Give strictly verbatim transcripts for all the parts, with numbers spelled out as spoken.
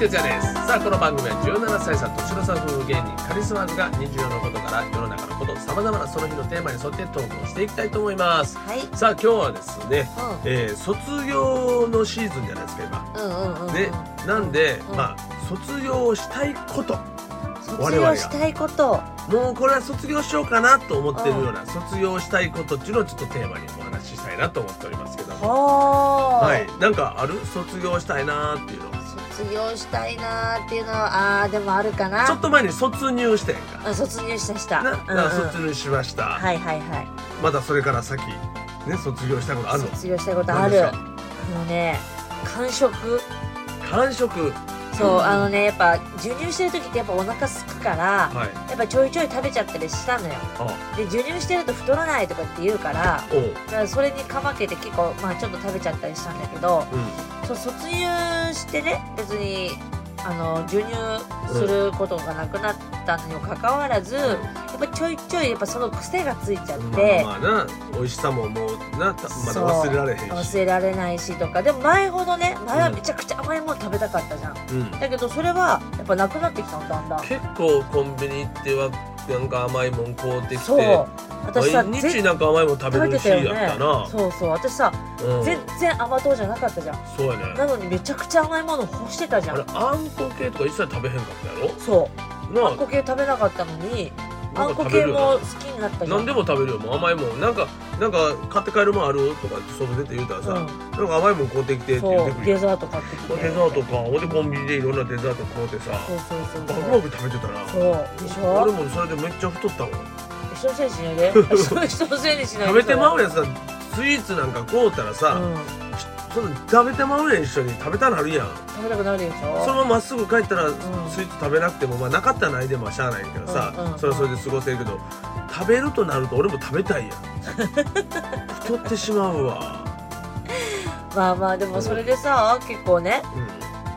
哲也です。さあこの番組はじゅうななさい差年の差夫婦芸人カリスマーズが日常のことから世の中のことさまざまなその日のテーマに沿ってトークをしていきたいと思います、はい、さあ今日はですね、うんえー、卒業のシーズンじゃないですか今、うんうんうんうん、でなんで、うん、まあ卒業したいこと卒業したいこともうこれは卒業しようかなと思ってるような、うん、卒業したいことっていうのをちょっとテーマにお話ししたいなと思っておりますけども、はい、なんかある卒業したいなっていうの卒業したいなーっていうのはあーでもあるかな。 ちょっと前に卒入したやんか。 卒入したしたな、うんうん、卒入しました。 はいはいはい。 まだそれから先ね卒業したことあるの？ 卒業したことある。あのね間食間食そう、うん、あのねやっぱ授乳してる時ってやっぱお腹すくから、はい、やっぱちょいちょい食べちゃったりしたのよ。で授乳してると太らないとかって言うからだからそれにかまけて結構まあちょっと食べちゃったりしたんだけど、うん、そう卒乳してね別にあの授乳することがなくなったにもかかわらず、うん、やっぱちょいちょいやっぱその癖がついちゃって、 まあまあな美味しさももうなまだ忘れられへんし忘れられないしとかでも前ほどね前はめちゃくちゃ甘いもの食べたかったじゃん、うん、だけどそれはやっぱなくなってきたのだんだん。 結構コンビニ行ってはなんか甘いもん買うてきてそう私さ毎日なんか甘いもん食べる日やったな、 ね、そうそう私さ、うん、全然甘党じゃなかったじゃん。 そうやね。 なのにめちゃくちゃ甘いもの欲してたじゃん。 あれあんこ系とか一切食べへんかったやろ。 そうあんこ系食べなかったのにあんこ系も好きになったじゃん。 何でも食べるよもう甘いもんなんかなんか買って帰るもんあるとか外出て言うたらさ、うん、なんか甘いもん買うてきてって言ってくる。 デザート買ってきてデザートかほんでコンビニでいろんなデザート買うてさそうそうそうそううまく食べてたな。 そうでしょ。 俺もそれでめっちゃ太ったもん。 人のせいにしないで人のせいにしないで食べてまうやつさスイーツなんか買うたらさ、うん、その食べてまうやん一緒に食べたなるやん。 食べたくなるでしょ。 そのまままっすぐ帰ったら、うん、スイーツ食べなくてもまあなかったらないでもしゃあないけどさ、うんうん、それはそれで過ごせるけど食べるとなると俺も食べたいやん太ってしまうわまあまあでもそれでさ、うん、結構ね、うん、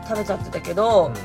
食べちゃってたけど、うん、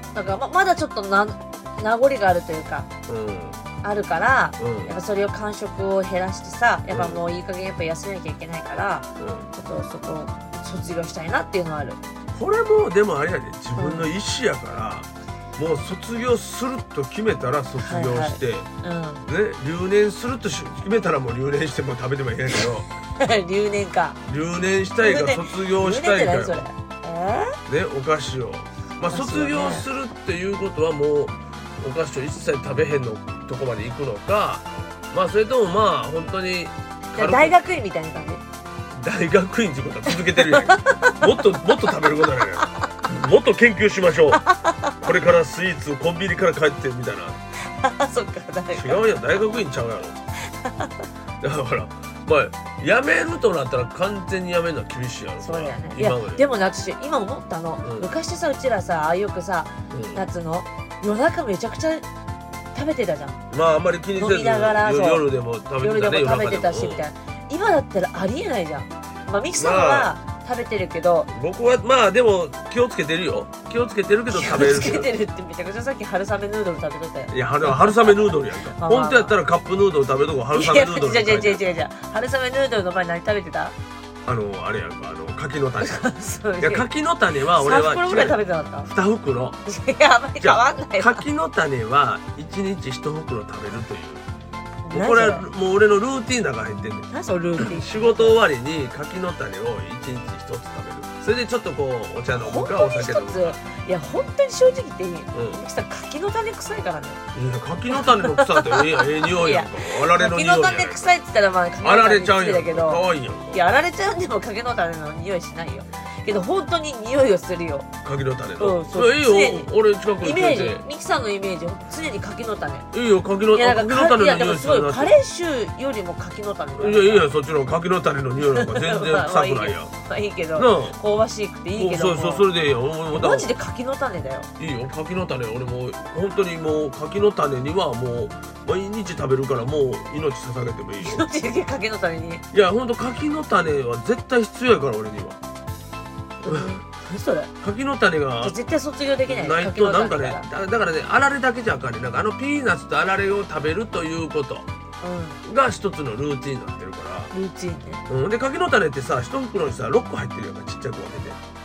なんか ま, まだちょっとな名残があるというか、うん、あるから、うん、やっぱそれを間食を減らしてさやっぱもういい加減やっぱ休めなきゃいけないから、うん、ちょっとそこ卒業したいなっていうのはある。 これもでもあれやで自分の意思やから、うん、もう卒業すると決めたら卒業して、はいはいうんね、留年すると決めたらもう留年しても食べてもいいんやけど留年か留年したいか卒業したいかよ、 それ、 えー、ねお菓子をまあ卒業するっていうことはもうお菓子を一切食べへんのとこまで行くのかまあそれともまあ本当に大学院みたいな感じ。 大学院っていうことは続けてるやんもっともっと食べることだよもっと研究しましょうこれからスイーツコンビニから帰ってみたいなそっか違うやん大学院ちゃうやろだからまあやめるとなったら完全にやめるのは厳しいやろ。 そうやね。いやでもね私今思ったの、うん、昔さうちらさよくさ、うん、夏の夜中めちゃくちゃ食べてたじゃん。 まああんまり気にせず飲みながら夜でも食べてたね。 夜でも食べてたしみたいな。今だったらありえないじゃん。まあミキさんは食べてるけど、 まあ、僕はまあでも気をつけてるよ。気をつけてるけど食べる。 気をつけてるってめちゃくちゃさっき春雨ヌードル食べとったよ。 いや春春雨ヌードルやんか。まあまあまあ、本当やったらカップヌードル食べとこ春雨ヌードル。 いや違う違う違う違う春雨ヌードルの前何食べてた？ あのあれやんかあの柿の種。いや柿の種は俺はさん袋ぐらい食べてなかった？ に袋。 いやあまり変わんない。 柿の種はいちにちいち袋食べるという。これはもう俺のルーティンの中に入ってんねん。 何そのルーティン？ 仕事終わりに柿の種をいちにちひとつ食べる。それでちょっとこうお茶飲むかお酒飲むか。 いや本当に正直言っていい？ミキさん柿の種臭いからね。 いや柿の種の臭ってええやんええ匂いやんか。あられの匂いやん。 柿の種臭いって言ったらまああられちゃうんやけど。可愛いやん。 いやあられちゃうんでも柿の種の匂いしないよ。けど本当に匂いをするよ。 柿の種の。うん、そういいよ。俺近くにイメージ、ミキさんのイメージ常に柿の種。 いいよ柿の種。柿の種の匂いするな。いやでもすごいカレー臭よりも柿の種。 いやいやいやそっちの柿の種の匂いなんか全然臭くないやん。 まあいいけど、香ばしくていいけど。 そうそうそれでいいよ。 マジで柿の種だよ。 いいよ柿の種俺も本当にもう柿の種にはもう毎日食べるからもう命捧げてもいいよ。 命だけ柿の種に。 いや本当柿の種は絶対必要やから俺には。 何それ？ 柿の種が絶対卒業できない。 ないとなんかねだからねあられだけじゃあかんね。なんかあのピーナッツとあられを食べるということが一つのルーティンになってるから。 ルーティンね。 うんで柿の種ってさ一袋にさろっこ入ってるやんかちっちゃく分けて。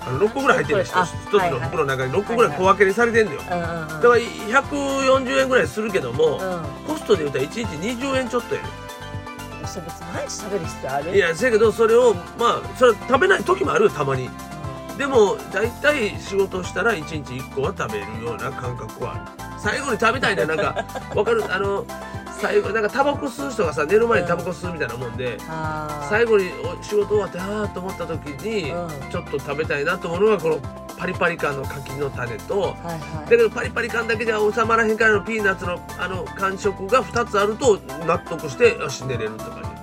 あのろっこぐらい入ってるんですよ。一つの袋の中にろっこぐらい小分けにされてんのよ。だからひゃくよんじゅうえんぐらいするけども、コストで言うたらいちにちにじゅうえんちょっとやね。 それ別に毎日食べる必要ある？ いやせやけどそれをまあそれ食べない時もあるよたまに。でも大体仕事したらいちにちいっこは食べるような感覚はある。最後に食べたいな、なんかわかる、あの最後なんかタバコ吸う人がさ寝る前にタバコ吸うみたいなもんで、うん、最後に仕事終わってああと思った時に、うん、ちょっと食べたいなと思うのがこのパリパリ感の柿の種と、はいはい、だけどパリパリ感だけでは収まらへんからのピーナッツのあの感触がふたつあると納得してよし寝れるとかね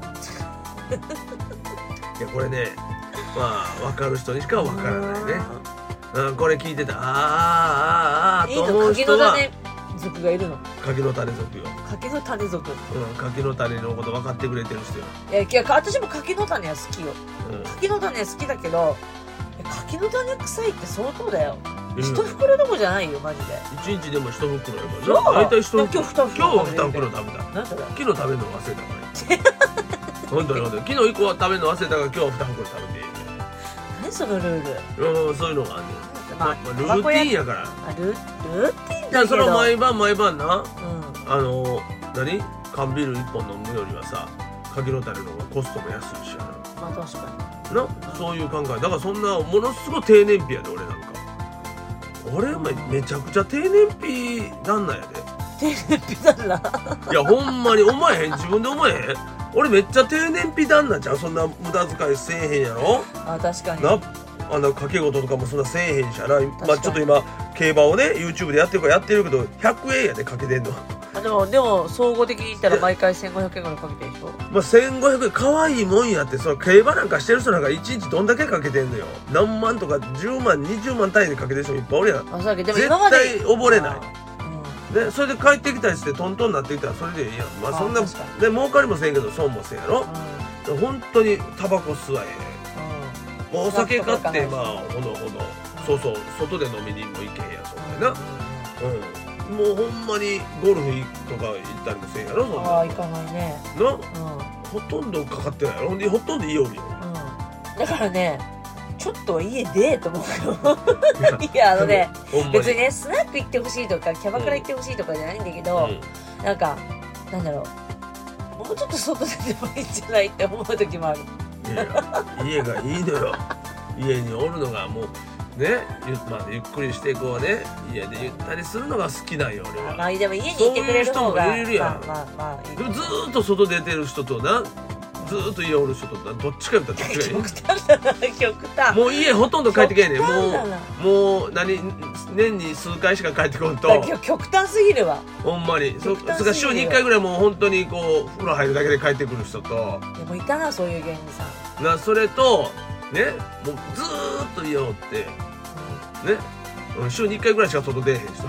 いやこれねまあ分かる人にしか分からないね。うん、これ聞いてたあーあーあーあーと思う人は柿の種族がいるの。 柿の種族よ。 柿の種族。 うん柿の種のこと分かってくれてる人よ。 いやいや私も柿の種は好きよ。うん、柿の種好きだけど柿の種臭いって相当だよ。一、うん、袋どこじゃないよマジで。 一日でも一袋やから。大体一袋。今日二袋。今日は二袋食べた。 何それ？ 昨日食べるの忘れたから本当に本当に昨日一個は食べるの忘れたから今日は二袋食べていい。 何そのルール？うんそういうのがあるね。まあ、まあ、ルーティンやから。 あルルーティンだけど。 その毎晩毎晩な、うん、あの何缶ビール一本飲むよりはさ柿の種の方がコストも安いしやな。 まあ確かにな、そういう考えだからそんなものすごい低燃費やで俺なんか。俺お前めちゃくちゃ低燃費旦那やで。 低燃費旦那いやほんまに思えへん自分で思えへん。俺めっちゃ低燃費旦那じゃん。そんな無駄遣いせえへんやろ。 あ確かになあの掛け事とかもそんなせえへんしやな。まあちょっと今競馬をね YouTube でやってるからやってるけどひゃくえんやでかけてんの。 あでもでも総合的に言ったら毎回せんごひゃくえんぐらいかけてるでしょ。 まあせんごひゃくえんかわいいもんやって。その競馬なんかしてる人なんかいちにちどんだけかけてんのよ。何万とかじゅうまんにじゅうまん単位でかけてる人いっぱいおるやん。 あそうだけどでも今まで絶対溺れない。でそれで帰ってきたりしてトントンになってきたらそれでいいやん。まあそんなで儲かりもせんけど損もせんやろ。うん、本当にタバコ吸わへん。もうお酒買ってまあほどほどそうそう外で飲みにも行けへんやそんなな。うんもうほんまにゴルフとか行ったりもせんやろ。そんなああ行かないねな、うん、ほとんどかかってないやろ。ほんでほとんど家おるよ、 うん、だからねちょっと家でと思うよいやあのね別にねスナック行ってほしいとかキャバクラ行ってほしいとかじゃないんだけど、うん、なんかなんだろうもうちょっと外でもいいんじゃないって思う時もある。 いや家がいいのよ。家におるのがもうねゆ,、まあ、ゆっくりしてこうね家でゆったりするのが好きなんよ俺は。 まあでも家にいてくれる方がそういう人もいるやん。 まあまあまあいい。 でもずーっと外出てる人となずーっと家おる人となどっちか言ったらどっちがいい？ 極端だな極端。 もう家ほとんど帰ってけえねん。もうもう何年に数回しか帰ってこんと。 極端すぎるわ。 ほんまにそそれから週にいっかいぐらいもう本当にこう風呂入るだけで帰ってくる人と。 でもいたなそういう芸人さん。なそれとねもうずーっと家おって、うん、ね週にいっかいぐらいしか外出えへん人。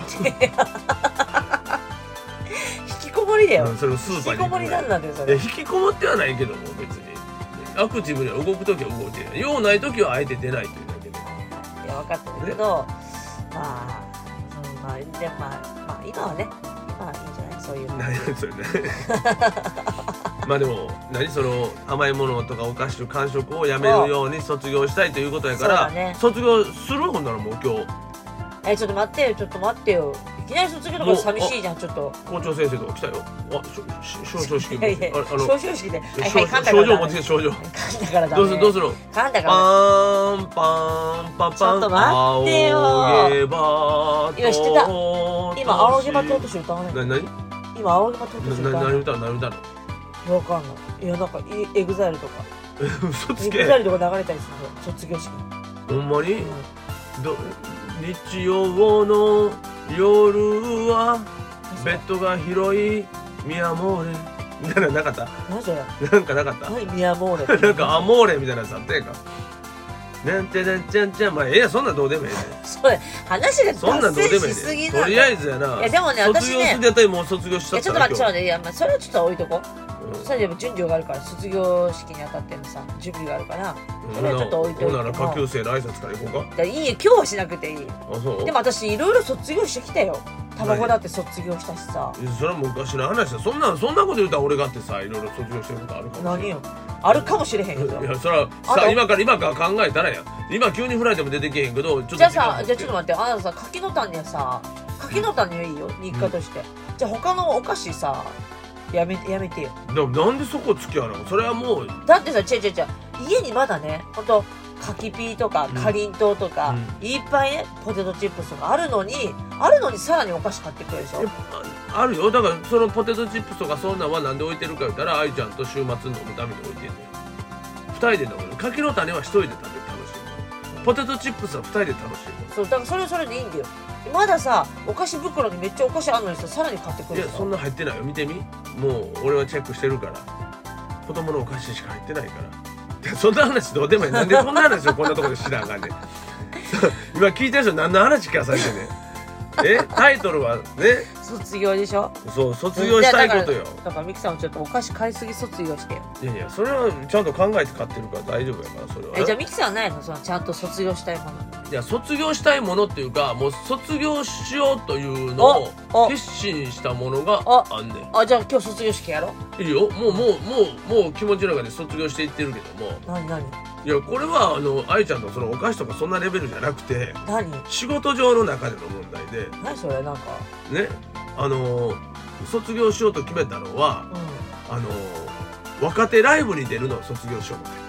引きこもりだよ。 うん、それをスーパーに行く。 引きこもりなんなんだよそれ。 いや引きこもってはないけども別にアクティブには動くときは動いてない。用ないときはあえて出ないというだけで。 いや分かってるけど、ね、まあ、うん、まあでもまあまあ今はね今はいいんじゃないそういう。 何それね。まあでも何その甘いものとかお菓子と間食をやめるように卒業したいということやから、ね、卒業するほんならもう今日。 えちょっと待ってよちょっと待ってよ。いきなり卒業とか寂しいじゃんちょっと。 校長先生とか来たよ。あし表彰式。 いやいやあの表彰式で。はいはい噛んだから。 症状持ってきて症状。 噛んだからだね。 どうするどうする。 噛んだから。 パーンパーンパンパン。 ちょっと待ってよ。今知ってた。今青毛羽とうとし歌わない。 なになに？ 今青毛羽とうとし歌わない。 何歌う何歌うの？ わかんない。いやなんかエグザイルとか。 嘘つけ。 エグザイルとか流れたりする卒業式。 ほんまに？ど日曜の夜はベッドが広いミアモーレみたいななかった？ 何それ？ なんかなかった？ 何ミアモーレ？ なんかアモーレみたいなやつあったやんか。なんてなんちゃんちゃんまあええやそんなんどうでもええね。 それ話が脱線しすぎな。 とりあえずやな。 いやでもね私ね。 卒業するやったらもう卒業しちゃった。 ちょっと待ってちょっと待っていやまあそれはちょっと置いとこう。それでも順序があるから卒業式にあたってのさ準備があるからそれはちょっと置いといても。 ほなら下級生の挨拶から行こうか。 いいよ今日はしなくていい。 あそう。 でも私いろいろ卒業してきたよ。タバコだって卒業したしさ。 それは昔の話だ。そんなそんなこと言うたら俺がってさいろいろ卒業してることあるかもしれない。 何よ。あるかもしれへんけど。 いやそれはさ今から今から考えたらや。 今急にフライでも出てけへんけど、ちょっとじゃあさ、じゃあちょっと待って、あなたさ、柿の種さ、柿の種いいよ、日課として、うん、じゃあ他のお菓子さやめやめてよ。 でもなんでそこ付き合うの？それはもうだってさ、違う違う違う、家にまだね、ほんと柿ピーとかかりんとうとか、うん、いっぱいねポテトチップスとかあるのにあるのにさらにお菓子買ってくるでしょ。 あるよ。だからそのポテトチップスとかそんなんはなんで置いてるか言ったら、愛ちゃんと週末飲むために置いてんのよ。ふたりで飲むの。柿の種はひとりで食べて楽しいの。ポテトチップスはふたりで楽しいの。 そうだからそれそれでいいんだよ。まださお菓子袋にめっちゃお菓子あるのにさ、さらに買ってくる。 いやそんな入ってないよ。見てみ、もう俺はチェックしてるから、子供のお菓子しか入ってないから。そんな話どうでもいい。なんでこんな話をこんなところで知らんあかんねん。今聞いてる人何の話聞かされてね。えタイトルはね、 卒業でしょ。 そう、卒業したいことよ。 だからミキさんもちょっとお菓子買いすぎ卒業してよ。 いやいや、それはちゃんと考えて買ってるから大丈夫やから。それはえじゃあミキさんはないの、そのちゃんと卒業したいもの。 いや、卒業したいものっていうか、もう卒業しようというのを決心したものがあんねん。 あ、じゃあ今日卒業式やろ。 いいよ。もうもうもうもう気持ちの中で卒業していってるけども。 何何。 いや、これはあの愛ちゃんのそのお菓子とかそんなレベルじゃなくて、 何仕事上の中での問題で。 何それ。なんかね、あの卒業しようと決めたのは、うん、あの若手ライブに出るのを卒業しようって。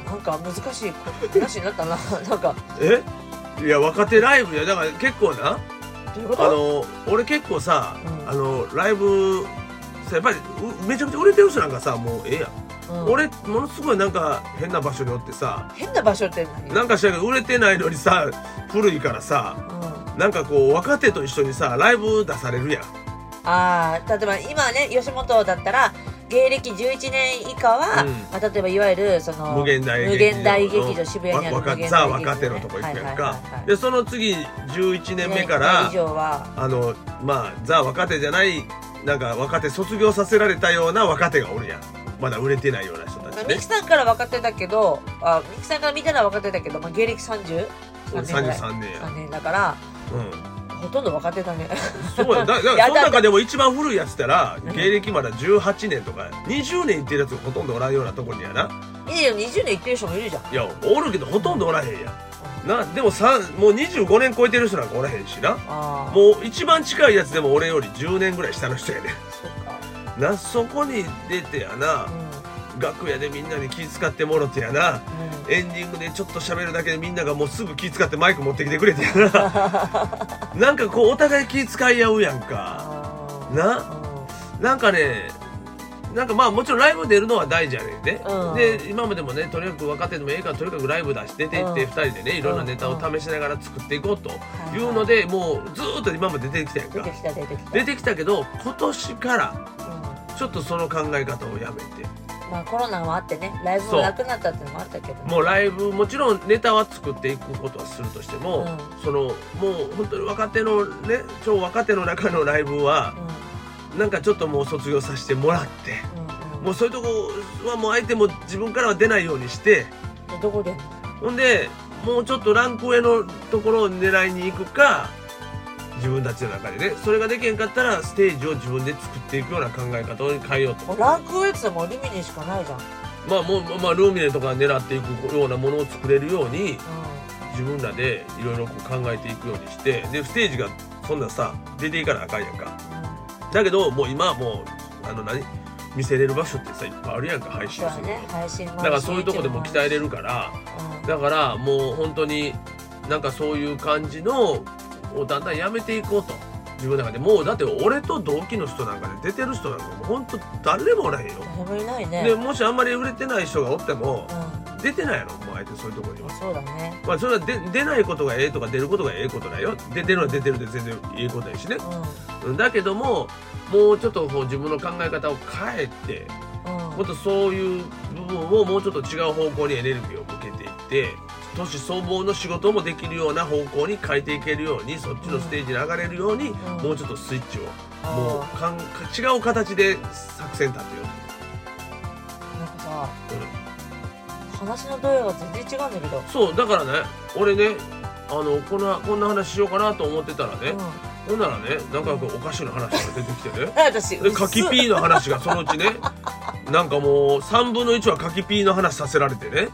なんか難しい話になったな。なんかえいや若手ライブやだから結構な、 どういうこと。 あの俺結構さ、うん、あのライブやっぱりめちゃくちゃ売れてる人なんかさ、もうええやん。うん、俺ものすごいなんか変な場所におってさ。 変な場所って何。 なんかしらけど売れてないのにさ、古いからさ、うん、なんかこう若手と一緒にさライブ出されるやん。 ああ、例えば今ね吉本だったら芸歴じゅういちねん以下は、うんまあ、例えばいわゆるその無限大劇場、渋谷にある無限大劇場、ね、 ザ若手のとこ行くやんか。でその次じゅういちねんめから、ね、あのまあザ若手じゃないなんか若手卒業させられたような若手がおるやん。まだ売れてないような人たちね。 ミキさんから若手だけど、あミキさんから見たら若手だけど、まあ、芸歴さんじゅうさんねんぐらい。さんじゅうさんねんや。さんねんだから、うん、ほとんど若手だね。 そうや。だからその中でも一番古いやつったら芸歴まだじゅうはちねんとかにじゅうねんいってるやつがほとんどおらんようなとこにやな。 いいよ、にじゅうねんいってる人もいるじゃん。 いやおるけどほとんどおらへんやん。なでもさもうにじゅうごねん超えてる人なんかおらへんしな。もう一番近いやつでも俺よりじゅうねんぐらい下の人やねん。そなそこに出てやな、うん、楽屋でみんなに気遣ってもろてやな、うん、エンディングでちょっと喋るだけでみんながもうすぐ気遣ってマイク持ってきてくれてやな。なんかこうお互い気遣い合うやんかな。なんかねなんかまあもちろんライブ出るのは大事やねんね、うん、で今までもねとにかく若手でもええからとにかくライブ出して出ていってふたりでねいろんなネタを試しながら作っていこうというのでもうずーっと今まで出てきたやんか。出てきた出てきた出てきたけど今年からちょっとその考え方をやめて、 まあコロナもあってねライブもなくなったっていうのもあったけど、ね、 もうライブもちろんネタは作っていくことはするとしても、うん、そのもう本当に若手のね超若手の中のライブは、うん、なんかちょっともう卒業させてもらって、うんうん、もうそういうとこはもう相手も自分からは出ないようにして、 どこでほんでもうちょっとランク上のところを狙いに行くか自分たちの中でねそれができへんかったらステージを自分で作っていくような考え方を変えようと。 ランク上ってもうルミネしかないじゃん。 まあもう、まあ、ルミネとか狙っていくようなものを作れるように、うん、自分らでいろいろ考えていくようにしてでステージがそんなさ出ていかなあかんやんか、うん、だけどもう今はもうあの何見せれる場所ってさいっぱいあるやんか配信するの、ね、配信だからそういうとこでも鍛えれるから、うん、だからもう本当になんかそういう感じのをだんだんやめていこうと自分の中でもうだって俺と同期の人なんかで出てる人なんかもうほんと誰もおらへんよ。 誰もいないね。 でもしあんまり売れてない人がおっても、うん、出てないやろもうあえてそういうところには。 そうだね。 まあそれはで出ないことがええとか出ることがええことだよ。出てるのは出てるで全然いいことやしね、うん、だけどももうちょっとこう自分の考え方を変えて、うん、もっとそういう部分をもうちょっと違う方向にエネルギーを向けていって年相応の仕事もできるような方向に変えていけるようにそっちのステージに上がれるように、うん、もうちょっとスイッチをもうかん違う形で作戦立てよう。なんかさ、うん、話の度合いが全然違うんだけどそうだからね俺ねあのこんなこんな話しようかなと思ってたらね、うん、ほんならねなんかお菓子の話が出てきてね私で柿ピーの話がそのうちねなんかもうさんぶんのいちは柿ピーの話させられてね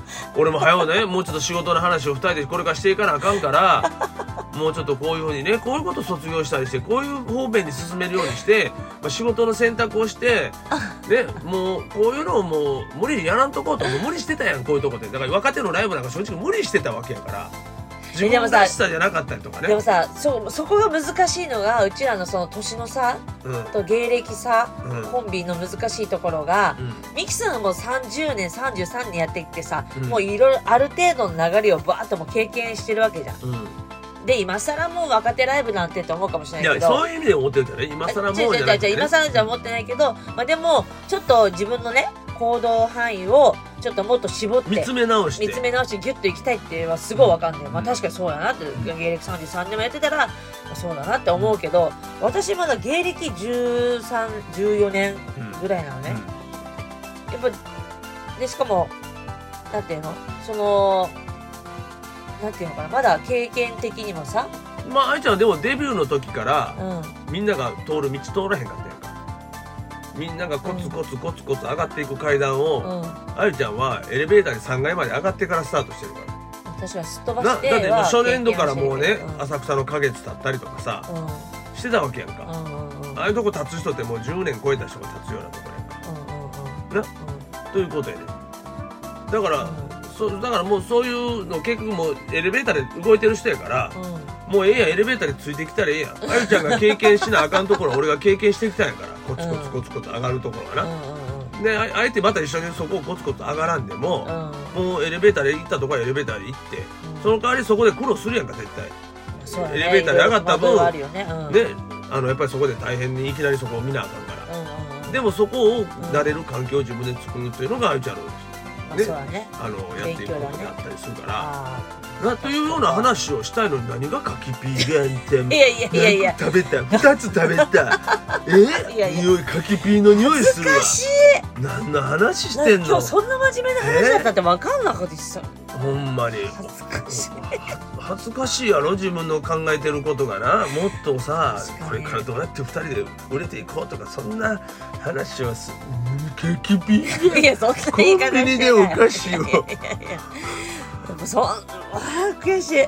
俺も早うねもうちょっと仕事の話をふたりでこれからしていかなあかんからもうちょっとこういうふうにねこういうことを卒業したりしてこういう方面に進めるようにして、まあ、仕事の選択をしてねもうこういうのをもう無理にやらんとこうともう無理してたやんこういうとこでだから若手のライブなんか正直無理してたわけやから自分らしさじゃなかったりとかねでもさ そ, そこが難しいのがうちらのその年の差、うん、と芸歴差、うん、コンビの難しいところが、うん、ミキさんもさんじゅうねんさんじゅうさんねんやってきてさ、うん、もういろいろある程度の流れをバーッとも経験してるわけじゃん、うんで今更もう若手ライブなんてと思うかもしれないけどいやそういう意味で思ってるんじゃない今更もうじゃなくて、ね、じゃ今更じゃ思ってないけど、まあ、でもちょっと自分のね行動範囲をちょっともっと絞って見つめ直して見つめ直してギュッといきたいっていうのはすごいわかんない、うん、まあ確かにそうやなって芸歴さんじゅうさんねんもやってたらそうだなって思うけど私まだ芸歴じゅうさん、じゅうよねんぐらいなのね、うん、やっぱでしかもなんていうのそのなんていうのかなまだ経験的にもさまあ愛ちゃんはでもデビューの時から、うん、みんなが通る道通らへんかったやんかみんながコツコツコツコツ上がっていく階段を、うん、愛ちゃんはエレベーターでさんがいまで上がってからスタートしてるから私はすっ飛ばしてだってもう初年度からもうね、うん、浅草の花月立ったりとかさ、うん、してたわけやんか、うんうんうん、ああいうとこ立つ人ってもうじゅうねん超えた人が立つようなとこやんか、うんうんうん、な、うん、ということやねだから、うんそだからもうそういうの結局もうエレベーターで動いてる人やから、うん、もうええやんエレベーターでついてきたらええやんあゆちゃんが経験しなあかんところ俺が経験してきたんやからコツコツコツコツ上がるところがな、うん、でああえてまた一緒にそこをコツコツ上がらんでも、うん、もうエレベーターで行ったとこはエレベーターで行って、うん、その代わりそこで苦労するやんか絶対、ね、エレベーターで上がった分、ねうんね、あのやっぱりそこで大変にいきなりそこを見なあかんから、うんうん、でもそこを慣れる環境を自分で作るっていうのがあゆちゃんのね、 そうだね、 あのやっていくことがあったりするから、なというような話をしたいのに何が柿ピーがんっていやいやいやいや食べたふたつ食べたえいやいや匂い柿ピーの匂いするわ難しい何の話してんの今日そんな真面目な話だったって分かんなかったしさほんまに恥ずかしい恥ずかしいやろ自分の考えてることがなもっとさこれからどうやってふたりで売れていこうとかそんな話はす柿ピーがいやそんな言い方してないコンビニでお菓子をいやいやいやでもそん悔しい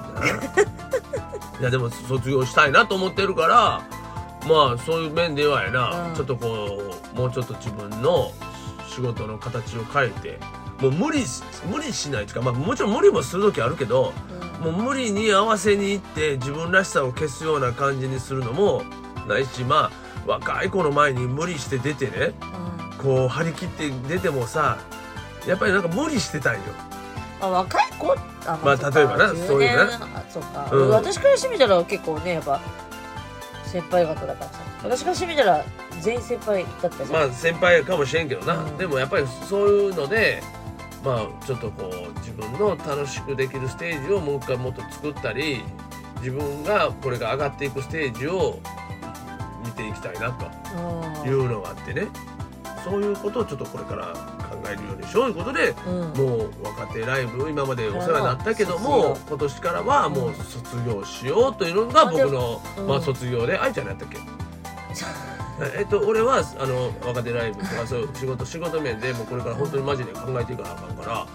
いやでも卒業したいなと思ってるからまあそういう面ではやな、うん、ちょっとこうもうちょっと自分の仕事の形を変えてもう無理無理しないというか、まあ、もちろん無理もする時あるけど、うん、もう無理に合わせにいって自分らしさを消すような感じにするのもないしまあ若い子の前に無理して出てね、うん、こう張り切って出てもさやっぱりなんか無理してたんよ。 あ若い子あまあ例えばなそういうねそうか、うん、私からしてみたら結構ねやっぱ先輩方だからさ私からしてみたら全員先輩だったじゃんまあ先輩かもしれんけどな、うん、でもやっぱりそういうのでまあちょっとこう自分の楽しくできるステージをもう一回もっと作ったり自分がこれが上がっていくステージを見ていきたいなというのがあってねそういうことをちょっとこれから考えるようにしようということで、うん、もう若手ライブ今までお世話になったけども今年からはもう卒業しようというのが僕の、うんまあ、卒業で愛ちゃん何やったっけえっと俺はあの若手ライブとかそういう仕事仕事面でもうこれから本当にマジで考えていかなあかんから、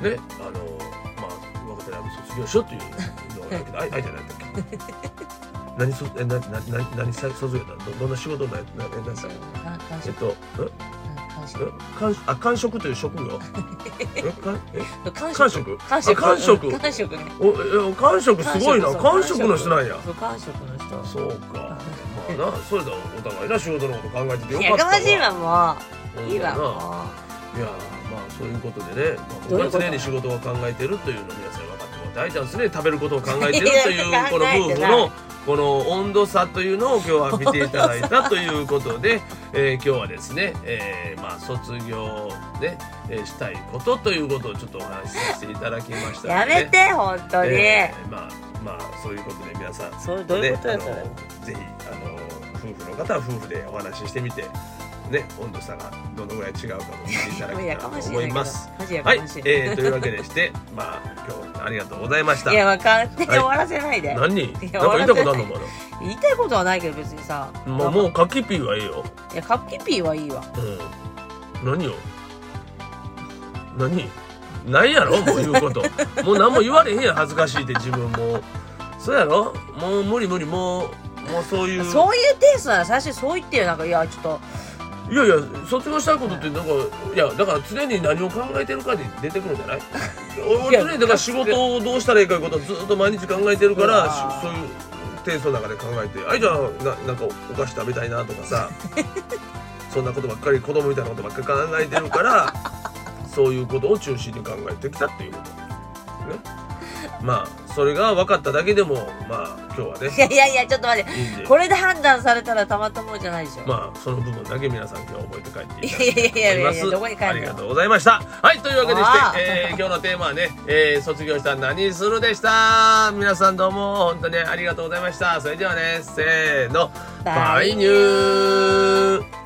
うん、ねあのまあ若手ライブ卒業しようというのがあるけど愛ちゃん何やったっけ何そえななな何さ卒業だ ど, どんな仕事ななななえっと完あ完食という職業え完食完食完食完食ねお完食すごいな完食の人なんや完食の人そうかまあなそれだお互いな仕事のこと考えててよかったわやかましいわもういいわもういやまあそういうことでね、まあ、僕は常に仕事を考えてるというのを皆さん分かってもらって愛ちゃん常に食べることを考えてるというこの夫婦のこの温度差というのを今日は見ていただいたということで、えー、今日はですね、えー、まあ卒業で、えー、したいことということをちょっとお話しさせていただきましたので、ね、 やめて本当に、 えー、まあまあそういうことで皆さんそうどういうことやそれ、 ぜひあの夫婦の方は夫婦でお話ししてみてね、温度差がどのぐらい違うかも見ていただけたらと思います。はい、えー、というわけでして、まあ今日ありがとうございました。 いや、わかんない、終わらせないで。 何？なんか言いたことあるのまだ。 言いたいことはないけど別にさ。 もうもうカキピーはいいよ。 いや、カキピーはいいわ。 うん。何よ。何？ ないやろもう言うこともう何も言われへんやん恥ずかしいって自分もそうやろもう無理無理もうもうそういうそういうテイストなら最初にそう言ってよなんかいやちょっといやいや卒業したいことってなんかいやだから常に何を考えてるかで出てくるんじゃない俺常にだから仕事をどうしたらいいかいうことをずっと毎日考えてるからそういうテイストの中で考えてあいじゃあななんかお菓子食べたいなとかさそんなことばっかり子供みたいなことばっかり考えてるからそういうことを中心に考えてきたっていうことね。まあそれが分かっただけでもまあ今日はねいやいやいやちょっと待っていいこれで判断されたらたまったものじゃないでしょ。 まあその部分だけ皆さん今日は覚えて帰っていただきたいといやいやい思います。 やどこに帰るの。 ありがとうございました。はいというわけでして、えー、今日のテーマはね、えー、卒業したら何するでした。皆さんどうも本当にありがとうございました。それではねせーのバイニュー